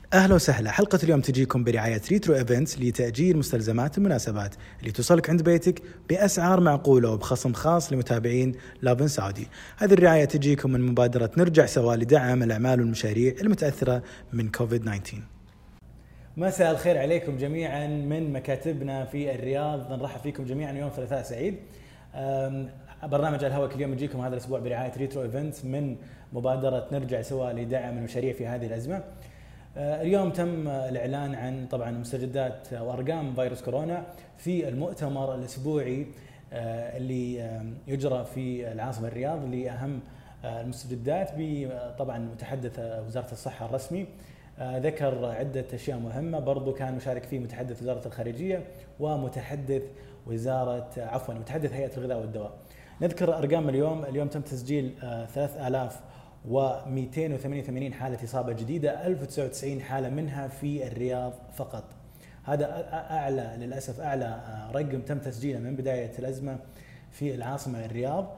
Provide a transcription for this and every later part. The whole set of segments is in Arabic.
أهلا وسهلا. حلقة اليوم تجيكم برعاية ريترو إيفنتس لتأجيل مستلزمات المناسبات اللي توصلك عند بيتك بأسعار معقولة وبخصم خاص لمتابعين لافن سعودي. هذه الرعاية تجيكم من مبادرة نرجع سوا لدعم الأعمال والمشاريع المتأثرة من كوفيد-19. مساء الخير عليكم جميعا من مكاتبنا في الرياض. نرحب فيكم جميعا يوم ثلاثاء سعيد. برنامج الهواء كل يوم يجيكم هذا الأسبوع برعاية ريترو إيفنتس من مبادرة نرجع سوا لدعم المشاريع في هذه الأزمة. اليوم تم الإعلان عن طبعا مستجدات وأرقام فيروس كورونا في المؤتمر الأسبوعي اللي يجرى في العاصمة الرياض لأهم المستجدات. طبعا متحدث وزارة الصحة الرسمي ذكر عدة أشياء مهمة. برضو كان مشارك فيه متحدث وزارة الخارجية ومتحدث متحدث هيئة الغذاء والدواء. نذكر أرقام اليوم تم تسجيل 3288 حالة إصابة جديدة، 1099 حالة منها في الرياض فقط. هذا للأسف أعلى رقم تم تسجيله من بداية الأزمة في العاصمة الرياض.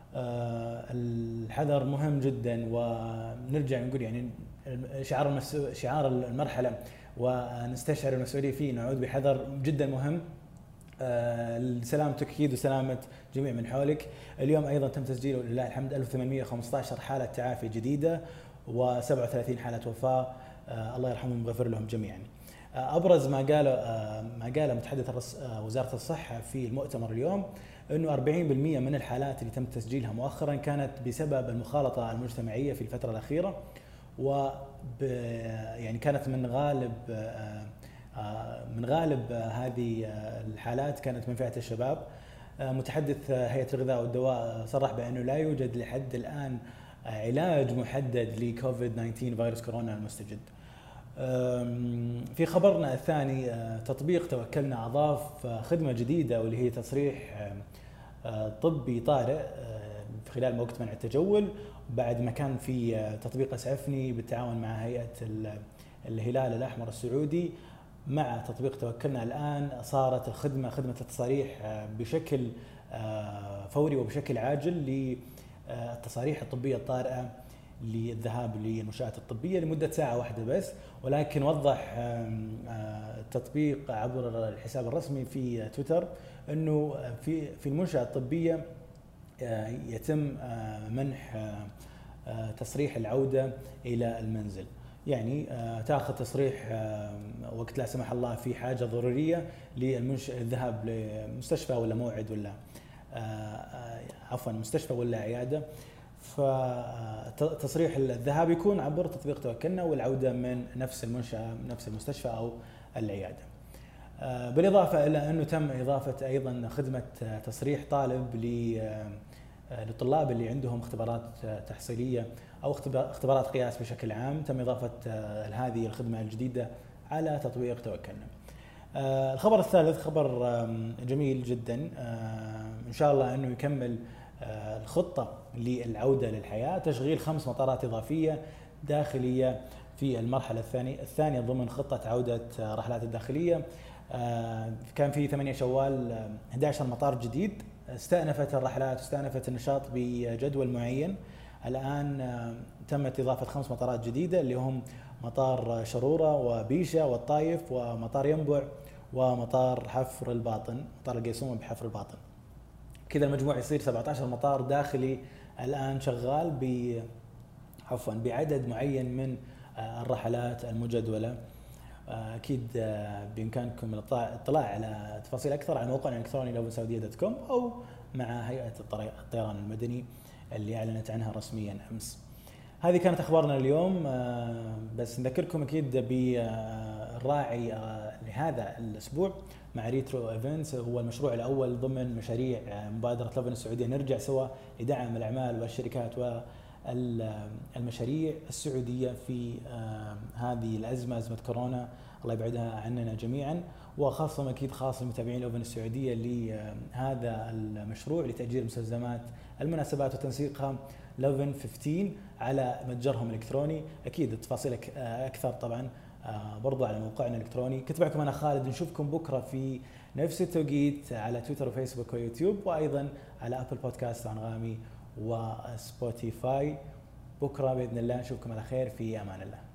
الحذر مهم جدا، ونرجع نقول يعني شعار المرحلة ونستشعر المسؤولية فيه، نعود بحذر جدا مهم. سلامتك أكيد وسلامة جميع من حولك. اليوم أيضا تم تسجيل لله الحمد 1815 حالة تعافي جديدة و37 حالة وفاة. الله يرحمهم ويغفر لهم جميعا. أبرز ما قال متحدث وزارة الصحة في المؤتمر اليوم أنه 40% من الحالات اللي تم تسجيلها مؤخرا كانت بسبب المخالطة المجتمعية في الفترة الأخيرة، يعني كانت من غالب هذه الحالات كانت من فئة الشباب. متحدث هيئة الغذاء والدواء صرح بأنه لا يوجد لحد الآن علاج محدد لكوفيد-19 فيروس كورونا المستجد. في خبرنا الثاني، تطبيق توكلنا أضاف خدمة جديدة واللي هي تصريح طبي طارئ خلال وقت منع التجول، بعد ما كان في تطبيق أسعفني بالتعاون مع هيئة الهلال الأحمر السعودي. مع تطبيق توكلنا الآن صارت خدمة التصاريح بشكل فوري وبشكل عاجل للتصاريح الطبية الطارئة للذهاب للمنشآت الطبية لمدة ساعة واحدة بس. ولكن وضح التطبيق عبر الحساب الرسمي في تويتر أنه في المنشأة الطبية يتم منح تصريح العودة إلى المنزل. يعني تأخذ تصريح وقت لا سمح الله في حاجة ضرورية للذهاب لمستشفى ولا موعد ولا مستشفى ولا عيادة، فتصريح الذهاب يكون عبر تطبيق توكلنا والعودة من نفس المنشأة نفس المستشفى أو العيادة. بالإضافة إلى أنه تم إضافة أيضا خدمة تصريح طالب للطلاب اللي عندهم اختبارات تحصيلية أو اختبارات قياس بشكل عام. تم إضافة هذه الخدمة الجديدة على تطبيق توكلنا. الخبر الثالث خبر جميل جدا، إن شاء الله أنه يكمل الخطة للعودة للحياة، تشغيل 5 مطارات إضافية داخلية في المرحلة الثانية ضمن خطة عودة رحلات الداخلية. كان في 8 شوال 11 مطار جديد استأنفت الرحلات واستأنفت النشاط بجدول معين. الآن تمت إضافة 5 مطارات جديدة اللي هم مطار شرورة وبيشة والطايف ومطار ينبع ومطار حفر الباطن، مطار القيسومة بحفر الباطن. كذا المجموع يصير 17 مطار داخلي الآن شغال بعدد معين من الرحلات المجدولة. أكيد بإمكانكم الاطلاع على تفاصيل أكثر على موقعنا الإلكتروني lovinsaoudia.com أو مع هيئة الطيران المدني اللي أعلنت عنها رسميا أمس. هذه كانت أخبارنا اليوم، بس نذكركم أكيد بالراعي لهذا الأسبوع مع ريترو إيفنتس. هو المشروع الأول ضمن مشاريع مبادرة لافن السعودية نرجع سوا لدعم الأعمال والشركات والمشاريع السعودية في هذه الأزمة، أزمة كورونا، الله يبعدها عننا جميعا، وخاصة أكيد خاص المتابعين لافن السعودية لهذا المشروع لتأجير مستلزمات المناسبات وتنسيقها لافن 15 على متجرهم الإلكتروني. أكيد التفاصيل أكثر طبعا برضو على موقعنا الإلكتروني. كنت معكم أنا خالد، نشوفكم بكرة في نفس التوقيت على تويتر وفيسبوك ويوتيوب، وأيضا على أبل بودكاست وأنغامي وسبوتيفاي. بكرة بإذن الله نشوفكم على خير، في أمان الله.